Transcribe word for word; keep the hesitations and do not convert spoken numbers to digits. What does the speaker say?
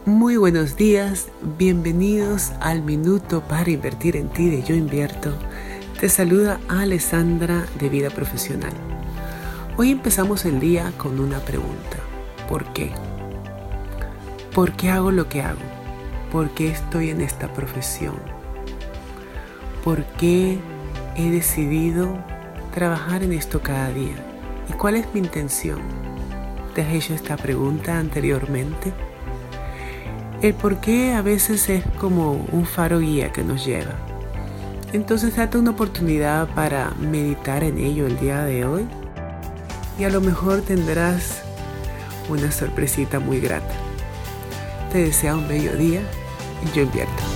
Muy buenos días, bienvenidos al Minuto para Invertir en Ti de Yo Invierto. Te saluda Alessandra de Vida Profesional. Hoy empezamos el día con una pregunta. ¿Por qué? ¿Por qué hago lo que hago? ¿Por qué estoy en esta profesión? ¿Por qué he decidido trabajar en esto cada día? ¿Y cuál es mi intención? ¿Te has hecho esta pregunta anteriormente? El por qué a veces es como un faro guía que nos lleva. Entonces date una oportunidad para meditar en ello el día de hoy y a lo mejor tendrás una sorpresita muy grata. Te deseo un bello día y Yo Invierto.